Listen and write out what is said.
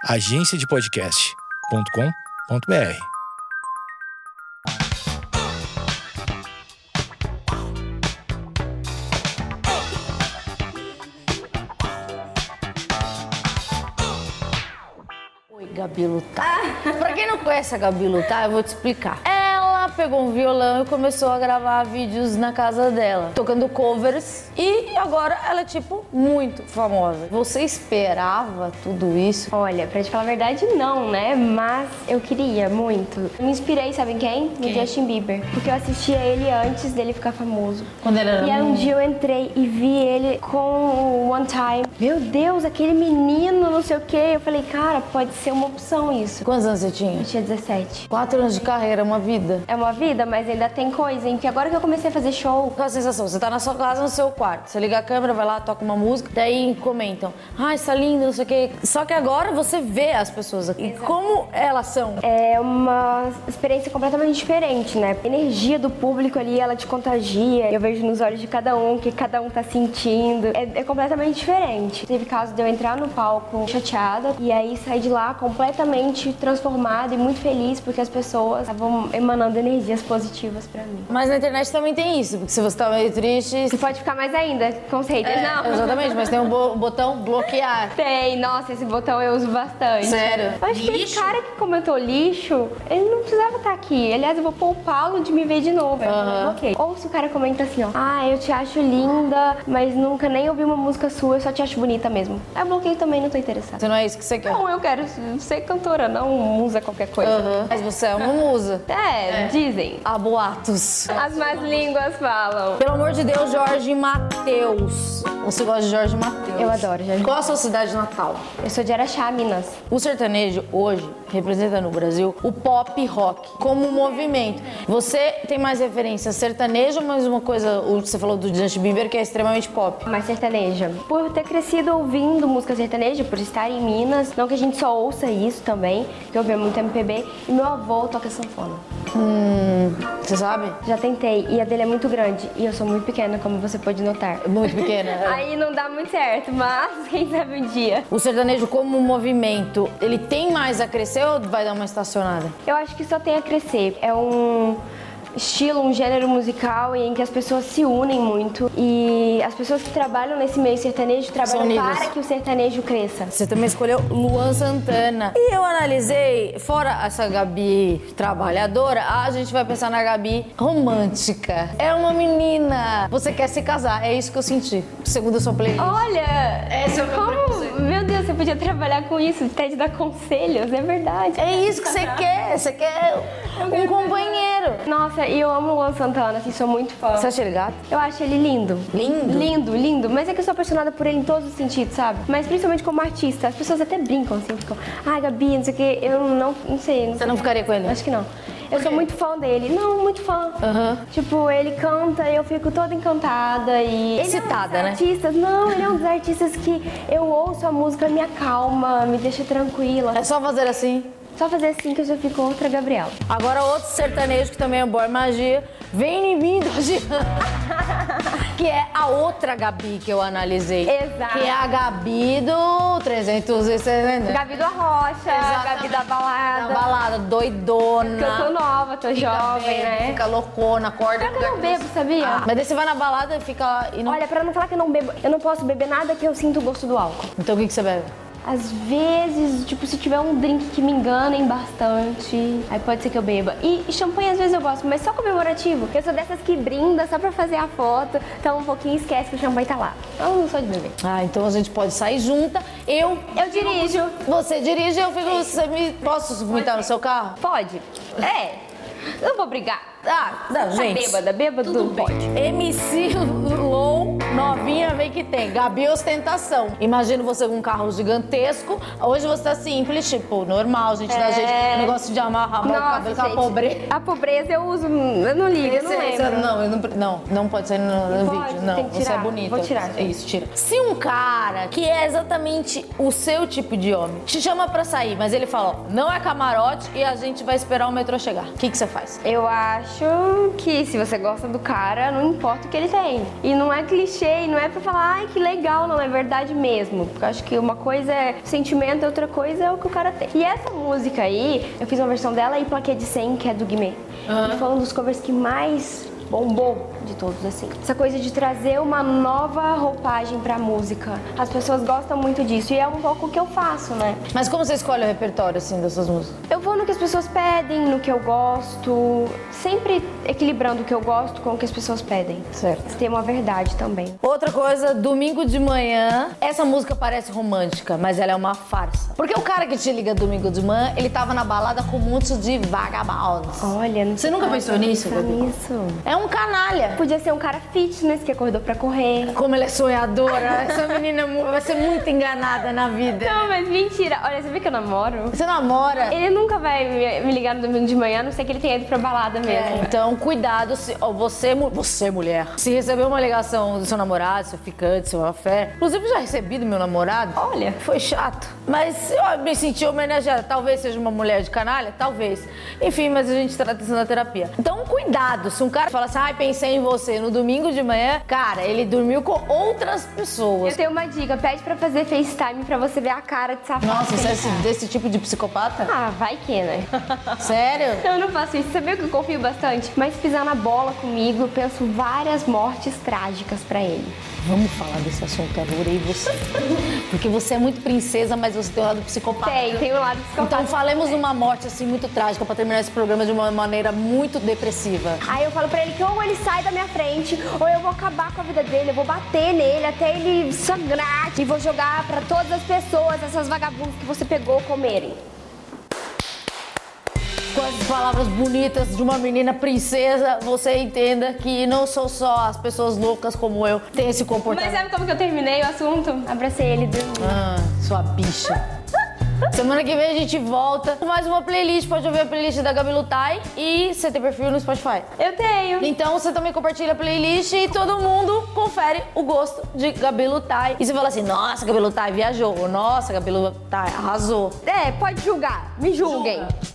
agenciadepodcast.com.br. Oi, Gabi Lutar. Pra quem não conhece a Gabi Lutar, eu vou te explicar. Ela pegou um violão e começou a gravar vídeos na casa dela, tocando covers, e agora ela é, tipo, muito famosa. Você esperava tudo isso? Olha, pra te falar a verdade, não, né? Mas eu queria muito. Eu me inspirei, sabe em quem? No Justin Bieber. Porque eu assistia ele antes dele ficar famoso. Quando ele era E aí um dia eu entrei e vi ele com o One Time. Meu Deus, aquele menino, não sei o quê. Eu falei, cara, pode ser uma opção isso. Quantos anos você tinha? Eu tinha 17. 4 anos de carreira, uma vida. É uma vida, mas ainda tem coisa, hein? Porque agora que eu comecei a fazer show... Qual a sensação? Você tá na sua casa, no seu quarto. Você liga a câmera, vai lá, toca uma música, daí comentam. Ai, está lindo, não sei o quê. Só que agora você vê as pessoas aqui. E como elas são? É uma experiência completamente diferente, né? A energia do público ali, ela te contagia. Eu vejo nos olhos de cada um, o que cada um tá sentindo. É completamente diferente. Teve caso de eu entrar no palco chateada e aí sair de lá completamente transformada e muito feliz porque as pessoas estavam emanando energias positivas pra mim. Mas na internet também tem isso, porque se você tá meio triste... Você pode ficar mais ainda com os haters, não? Exatamente, mas tem um botão bloquear. Tem, nossa, esse botão eu uso bastante. Sério? Eu acho que esse cara que comentou lixo, ele não precisava estar aqui. Aliás, eu vou poupá-lo de me ver de novo. Ok. Ou se o cara comenta assim, ó, ah, eu te acho linda, mas nunca nem ouvi uma música sua, eu só te acho bonita mesmo. Aí eu bloqueio também, não tô interessada. Você não é isso que você quer? Não, eu quero ser cantora, não musa qualquer coisa. Mas você é uma musa. Dizem. Há boatos. As más línguas falam. Pelo amor de Deus, Jorge Mateus. Você gosta de Jorge Mateus? Eu adoro, Jorge. Qual a sua cidade natal? Eu sou de Araxá, Minas. O sertanejo hoje representa no Brasil o pop rock como um movimento. Você tem mais referência sertanejo ou mais uma coisa, o que você falou do Justin Bieber, que é extremamente pop? Mais sertaneja. Por ter crescido ouvindo música sertaneja, por estar em Minas, não que a gente só ouça isso também, que eu ouvia muito MPB, e meu avô toca sanfona. Você sabe? Já tentei, e a dele é muito grande, e eu sou muito pequena, como você pode notar. Muito pequena. Aí não dá muito certo, mas quem sabe um dia. O sertanejo como um movimento, ele tem mais a crescer ou vai dar uma estacionada? Eu acho que só tem a crescer. É um estilo, um gênero musical em que as pessoas se unem muito e as pessoas que trabalham nesse meio sertanejo trabalham para que o sertanejo cresça. Você também escolheu Luan Santana. E eu analisei, fora essa Gabi trabalhadora, a gente vai pensar na Gabi romântica. É uma menina. Você quer se casar, é isso que eu senti, segundo a sua playlist. Olha, esse é o meu preconceito. Meu Deus, você podia trabalhar com isso, até de dar conselhos, é verdade. É isso que você quer um companheiro. Nossa, e eu amo o Luan Santana, assim, sou muito fã. Você acha ele gato? Eu acho ele lindo. Lindo? Lindo, lindo. Mas é que eu sou apaixonada por ele em todos os sentidos, sabe? Mas principalmente como artista. As pessoas até brincam, assim, ficam, Gabi, não sei o quê. Eu não sei. Você não ficaria com ele? Acho que não. Eu sou muito fã dele. Não, muito fã. Tipo, ele canta e eu fico toda encantada e... Ele excitada, é um dos artistas, não, ele é um dos artistas que eu ouço a música, me acalma, me deixa tranquila. É só fazer assim? Só fazer assim que eu já fico outra Gabriela. Agora outro sertanejo que também é boa magia, vem em mim, que é a outra Gabi que eu analisei. Exato. Que é a Gabi do 360. Gabi do Arrocha, Gabi da balada. Da balada, doidona. Porque eu tô nova, tô jovem, né? Fica loucona, acorda. Pior que eu não bebo, sabia? Mas daí você vai na balada e fica lá e não... Olha, pra não falar que eu não bebo, eu não posso beber nada que eu sinto o gosto do álcool. Então o que você bebe? Às vezes, tipo, se tiver um drink que me enganem bastante, aí pode ser que eu beba. E champanhe às vezes eu gosto, mas só comemorativo. Eu sou dessas que brinda só pra fazer a foto, então um pouquinho esquece que o champanhe tá lá. Eu não sou de beber. Então a gente pode sair junta. Eu dirijo. Você dirige, eu fico... Posso vomitar no seu carro? Pode. Não vou brigar. Não, gente. Bêbado não pode. MC Low, novinha, vem que tem. Gabi ostentação. Imagino você com um carro gigantesco. Hoje você tá simples, tipo, normal, gente da gente. Negócio de amarrar o cabelo com a pobreza. A pobreza eu uso, eu não ligo, eu não lembro. Não pode sair no pode, vídeo. Não, tem que você tirar. é bonita. Vou tirar. É isso, tira. Se um cara que é exatamente o seu tipo de homem te chama pra sair, mas ele fala, ó, não é camarote e a gente vai esperar o metrô chegar. O que você faz? Eu acho que se você gosta do cara, não importa o que ele tem. E não é clichê clichê, não é pra falar, ai, que legal, não, é verdade mesmo. Porque eu acho que uma coisa é sentimento, outra coisa é o que o cara tem. E essa música aí, eu fiz uma versão dela e Plaquê de 100, que é do Guimê. E foi um dos covers que mais bombou de todos, assim. Essa coisa de trazer uma nova roupagem pra música. As pessoas gostam muito disso e é um pouco o que eu faço, né? Mas como você escolhe o repertório, assim, dessas músicas? Eu vou no que as pessoas pedem, no que eu gosto, sempre equilibrando o que eu gosto com o que as pessoas pedem. Certo. Tem uma verdade também. Outra coisa, domingo de manhã, essa música parece romântica, mas ela é uma farsa. Porque o cara que te liga domingo de manhã, ele tava na balada com um monte de vagabundos. Olha, não Você nunca pensou nisso, pensar Gabi? nisso. É um canalha. Podia ser um cara fitness que acordou pra correr. Como ela é sonhadora, essa menina vai ser muito enganada na vida. Não, mas mentira. Olha, você vê que eu namoro? Você namora? Ele nunca vai me ligar no domingo de manhã, a não ser que ele tenha ido pra balada mesmo. Então, cuidado, você mulher, se receber uma ligação do seu namorado, seu ficante, seu afé. Inclusive, já recebi do meu namorado. Olha. Foi chato. Mas eu me senti homenageada. Talvez seja uma mulher de canalha, talvez. Enfim, mas a gente trata isso na terapia. Então, cuidado. Se um cara fala assim, ai, pensei em você no domingo de manhã, cara, ele dormiu com outras pessoas. Eu tenho uma dica, pede pra fazer FaceTime pra você ver a cara de safado. Nossa, você é desse tipo de psicopata? Ah, vai que, né? Sério? Eu não faço isso. Sabia que eu confio bastante? Mas pisar na bola comigo, eu penso várias mortes trágicas pra ele. Vamos falar desse assunto, eu adorei você. Porque você é muito princesa, mas você tem um lado psicopata. Tem um lado psicopata. Então falemos uma morte assim muito trágica pra terminar esse programa de uma maneira muito depressiva. Aí eu falo pra ele que ou ele sai da minha frente, ou eu vou acabar com a vida dele, eu vou bater nele até ele sangrar e vou jogar pra todas as pessoas, essas vagabundas que você pegou, comerem. Com as palavras bonitas de uma menina princesa, você entenda que não são só as pessoas loucas como eu que têm esse comportamento. Mas sabe como que eu terminei o assunto? Abracei ele e dormi. Ah, sua bicha. Semana que vem a gente volta com mais uma playlist. Pode ouvir a playlist da Gabi Lutai. E você tem perfil no Spotify? Eu tenho. Então você também compartilha a playlist e todo mundo confere o gosto de Gabi Lutai. E você fala assim, nossa, Gabi Lutai viajou. Nossa, Gabi Lutai arrasou. Pode julgar. Me julguem.